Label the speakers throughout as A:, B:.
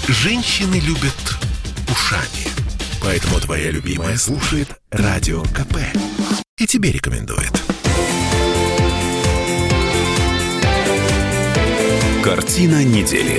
A: Женщины любят ушами. Поэтому твоя любимая слушает Радио КП. И тебе рекомендует. Картина недели.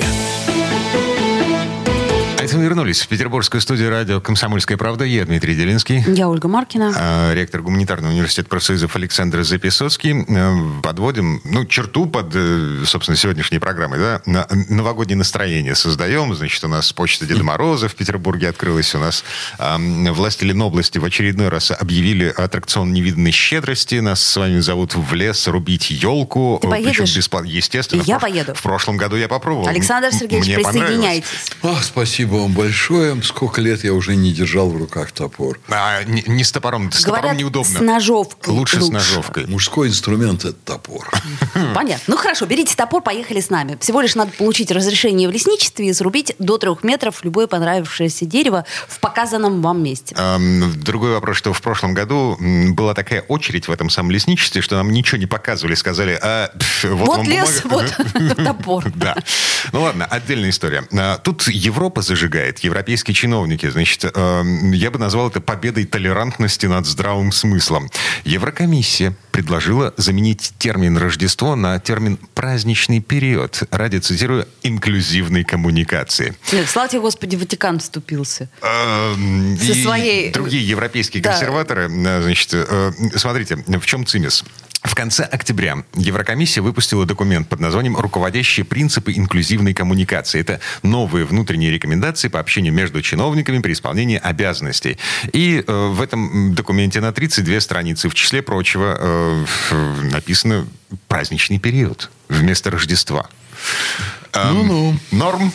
B: Мы вернулись в петербургскую студию радио «Комсомольская правда». Я Дмитрий Делинский.
C: Я Ольга Маркина.
B: Ректор гуманитарного университета профсоюзов Александр Записоцкий. Подводим черту под, собственно, сегодняшней программой. Да? Новогоднее настроение создаем. Значит, у нас почта Деда Мороза в Петербурге открылась. У нас власти Ленобласти в очередной раз объявили аттракцион невиданной щедрости. Нас с вами зовут в лес рубить елку.
C: Ты поедешь?
B: Причем бесплатно. Естественно.
C: Я поеду.
B: В прошлом году я попробовал.
C: Александр Сергеевич,
B: Мне
C: присоединяйтесь.
D: Спасибо вам большое. Сколько лет я уже не держал в руках топор.
B: Не с топором. С
C: Говорят,
B: топором неудобно.
C: с ножовкой.
B: Лучше с ножовкой.
D: Мужской инструмент — это топор.
C: Понятно. Ну хорошо, берите топор, поехали с нами. Всего лишь надо получить разрешение в лесничестве и срубить до 3 метров любое понравившееся дерево в показанном вам месте.
B: Другой вопрос, что в прошлом году была такая очередь в этом самом лесничестве, что нам ничего не показывали. Сказали, вот вам
C: лес,
B: бумага.
C: вот топор.
B: Да. Ну ладно, отдельная история. Тут Европа зажигает, европейские чиновники. Значит, я бы назвал это победой толерантности над здравым смыслом. Еврокомиссия предложила заменить термин «Рождество» на термин «праздничный период» ради, цитирую, инклюзивной коммуникации.
C: Нет, слава тебе, Господи, Ватикан вступился.
B: И
C: своей...
B: другие европейские консерваторы. Значит, смотрите, в чем цимис? В конце октября Еврокомиссия выпустила документ под названием «Руководящие принципы инклюзивной коммуникации». Это новые внутренние рекомендации по общению между чиновниками при исполнении обязанностей. И в этом документе на 32 страницы, в числе прочего, написано «праздничный период» вместо Рождества. Норм?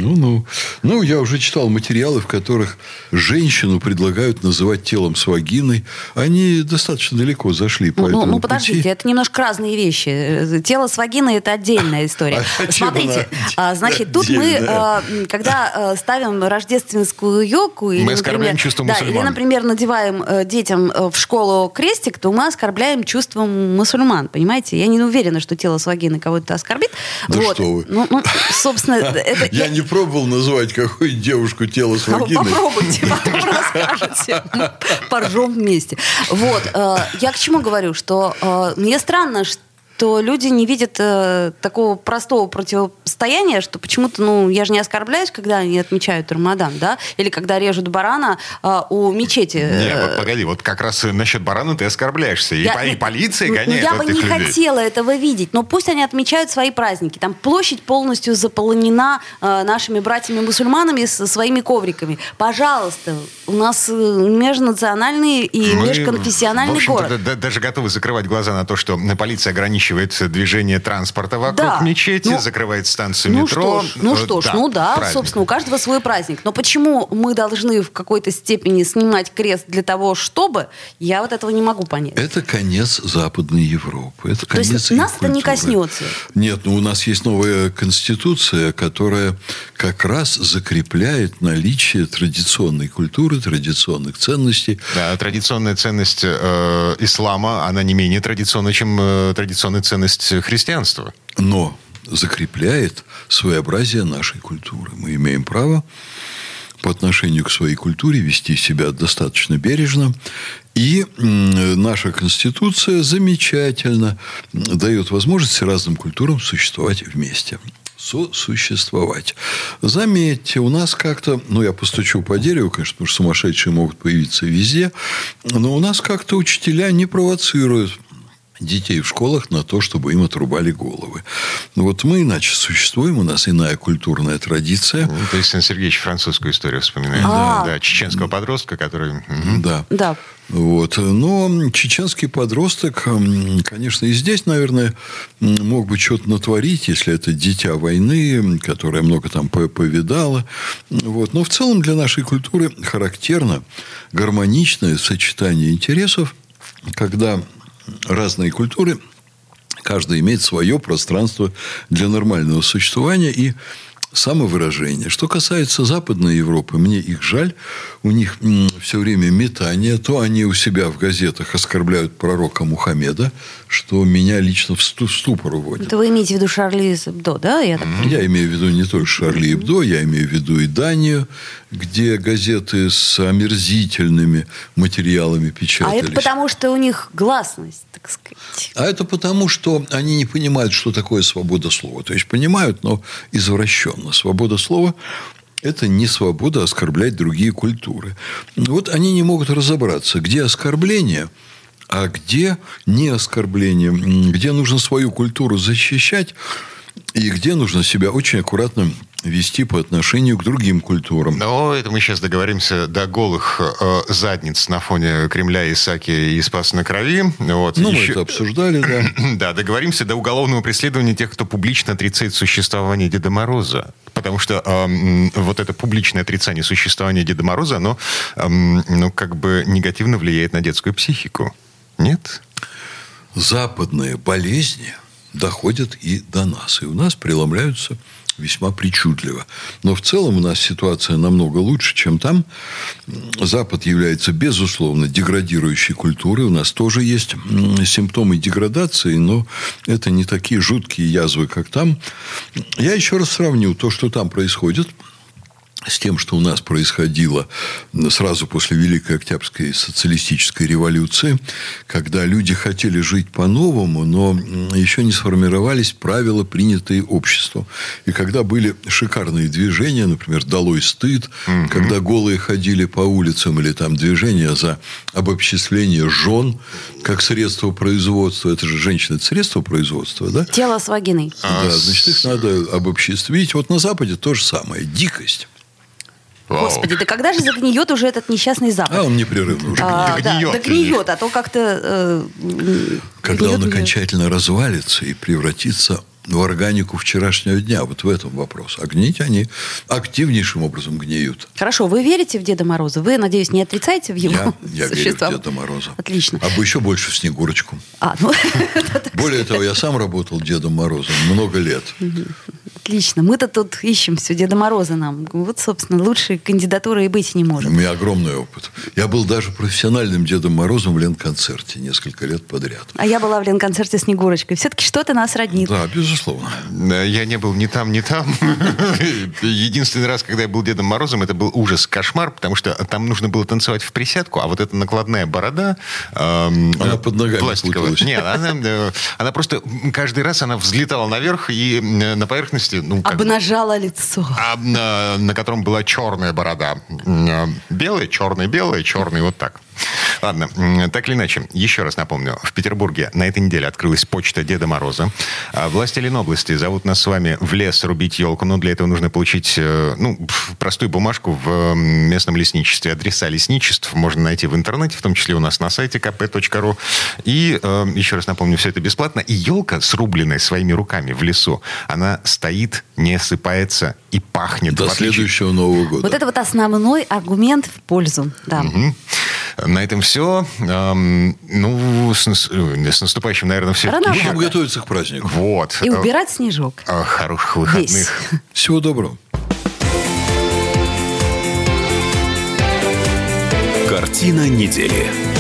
D: Ну, я уже читал материалы, в которых женщину предлагают называть телом с вагиной. Они достаточно далеко зашли по этому пути.
C: Подождите, это немножко разные вещи. Тело с вагиной – это отдельная история. Смотрите, значит, тут мы, когда ставим рождественскую елку...
B: Мы оскорбляем чувство мусульман.
C: Или, например, надеваем детям в школу крестик, то мы оскорбляем чувство мусульман, понимаете? Я не уверена, что тело с вагиной кого-то оскорбит.
D: Да что вы.
C: Собственно, это...
D: Я не пробовал называть какую-нибудь девушку тело с вагиной.
C: Попробуйте, потом расскажете. Поржем вместе. Вот. Я к чему говорю? Что мне странно, что люди не видят такого простого противостояния, что почему-то, я же не оскорбляюсь, когда они отмечают Рамадан, да? Или когда режут барана у мечети.
B: Не, погоди, вот как раз насчет барана ты оскорбляешься. И полиция гоняет
C: я бы
B: этих
C: не
B: людей.
C: хотела этого видеть, но пусть они отмечают свои праздники. Там площадь полностью заполонена нашими братьями-мусульманами со своими ковриками. Пожалуйста, у нас межнациональный и межконфессиональный город.
B: Даже готовы закрывать глаза на то, что полиция ограничивает движение транспорта вокруг мечети, закрывает станцию метро.
C: Собственно, у каждого свой праздник. Но почему мы должны в какой-то степени снимать крест для того, чтобы... Я вот этого не могу понять.
D: Это конец Западной Европы. Это конец.
C: То есть нас это не коснется?
D: Нет, у нас есть новая конституция, которая как раз закрепляет наличие традиционной культуры, традиционных ценностей.
B: Да, традиционная ценность ислама, она не менее традиционна, чем традиционная ценность христианства.
D: Но закрепляет своеобразие нашей культуры. Мы имеем право по отношению к своей культуре вести себя достаточно бережно. И наша Конституция замечательно дает возможность разным культурам существовать вместе. Сосуществовать. Заметьте, у нас как-то... я постучу по дереву, конечно, потому что сумасшедшие могут появиться везде. Но у нас как-то учителя не провоцируют детей в школах на то, чтобы им отрубали головы. Вот мы иначе существуем, у нас иная культурная традиция.
B: То есть Александр Сергеевич французскую историю вспоминает. Да, чеченского подростка, который...
D: Да. Вот. Но чеченский подросток, конечно, и здесь, наверное, мог бы что-то натворить, если это дитя войны, которое много там повидало. Вот. Но в целом для нашей культуры характерно гармоничное сочетание интересов, когда разные культуры, каждая имеет свое пространство для нормального существования. И самовыражение. Что касается Западной Европы, мне их жаль. У них все время метание. То они у себя в газетах оскорбляют пророка Мухаммеда, что меня лично в ступор уводит.
C: Это вы имеете в виду Шарли Эбдо, да? Я
D: имею в виду не только Шарли Эбдо, я имею в виду и Данию, где газеты с омерзительными материалами печатались.
C: А это потому, что у них гласность, так сказать.
D: А это потому, что они не понимают, что такое свобода слова. То есть, понимают, но извращенно. Свобода слова – это не свобода оскорблять другие культуры. Вот они не могут разобраться, где оскорбление, а где не оскорбление, где нужно свою культуру защищать, и где нужно себя очень аккуратно вести по отношению к другим культурам.
B: Но это мы сейчас договоримся до голых задниц на фоне Кремля, Исааки и Спаса на Крови. Вот.
D: Мы это обсуждали, да.
B: Да, договоримся до уголовного преследования тех, кто публично отрицает существование Деда Мороза. Потому что вот это публичное отрицание существования Деда Мороза, оно как бы негативно влияет на детскую психику. Нет?
D: Западные болезни доходят и до нас. И у нас преломляются весьма причудливо. Но в целом у нас ситуация намного лучше, чем там. Запад является, безусловно, деградирующей культурой. У нас тоже есть симптомы деградации, но это не такие жуткие язвы, как там. Я еще раз сравню то, что там происходит, с тем, что у нас происходило сразу после Великой Октябрьской социалистической революции, когда люди хотели жить по-новому, но еще не сформировались правила, принятые обществом. И когда были шикарные движения, например, «Долой стыд», когда голые ходили по улицам, или там движение за обобществление жен как средство производства. Это же женщины – это средство производства, да?
C: Тело с вагиной.
D: Да, значит, их надо обобществить. Вот на Западе то же самое. Дикость.
C: Господи, да когда же загниет уже этот несчастный Запад?
D: А он непрерывно уже
B: гниет.
C: Да гниет, а то как-то...
D: Когда он окончательно развалится и превратится в органику вчерашнего дня. Вот в этом вопрос. А гнить они активнейшим образом гниют.
C: Хорошо, вы верите в Деда Мороза? Вы, надеюсь, не отрицаете в его
D: Я верю в Деда Мороза.
C: Отлично.
D: А бы еще больше в Снегурочку. Более того, я сам работал Дедом Морозом много лет.
C: Отлично. Мы-то тут ищем все Деда Мороза нам. Вот, собственно, лучшей кандидатуры и быть не может.
D: У меня огромный опыт. Я был даже профессиональным Дедом Морозом в Ленконцерте несколько лет подряд.
C: А я была в Ленконцерте Снегурочкой. Все-таки что-то нас роднит.
D: Да, безусловно.
B: Я не был ни там, ни там. Единственный раз, когда я был Дедом Морозом, это был ужас, кошмар, потому что там нужно было танцевать в присядку, а вот эта накладная борода...
D: Она под ногами путалась.
B: Нет, она просто каждый раз она взлетала наверх, и на поверхности...
C: Обнажала лицо.
B: На котором была черная борода. Белая, черный, вот так. Ладно, так или иначе, еще раз напомню. В Петербурге на этой неделе открылась почта Деда Мороза. Власти Ленобласти зовут нас с вами в лес рубить елку, но для этого нужно получить простую бумажку в местном лесничестве. Адреса лесничеств можно найти в интернете, в том числе у нас на сайте kp.ru. И еще раз напомню, все это бесплатно. И елка, срубленная своими руками в лесу, она стоит, не осыпается и пахнет.
D: До следующего Нового года.
C: Вот это вот основной аргумент в пользу. Да.
B: На этом все. С наступающим, наверное, все.
D: Будем готовиться к празднику.
B: Вот.
C: И убирать снежок.
B: Хороших выходных.
C: Весь.
D: Всего доброго.
A: Картина недели.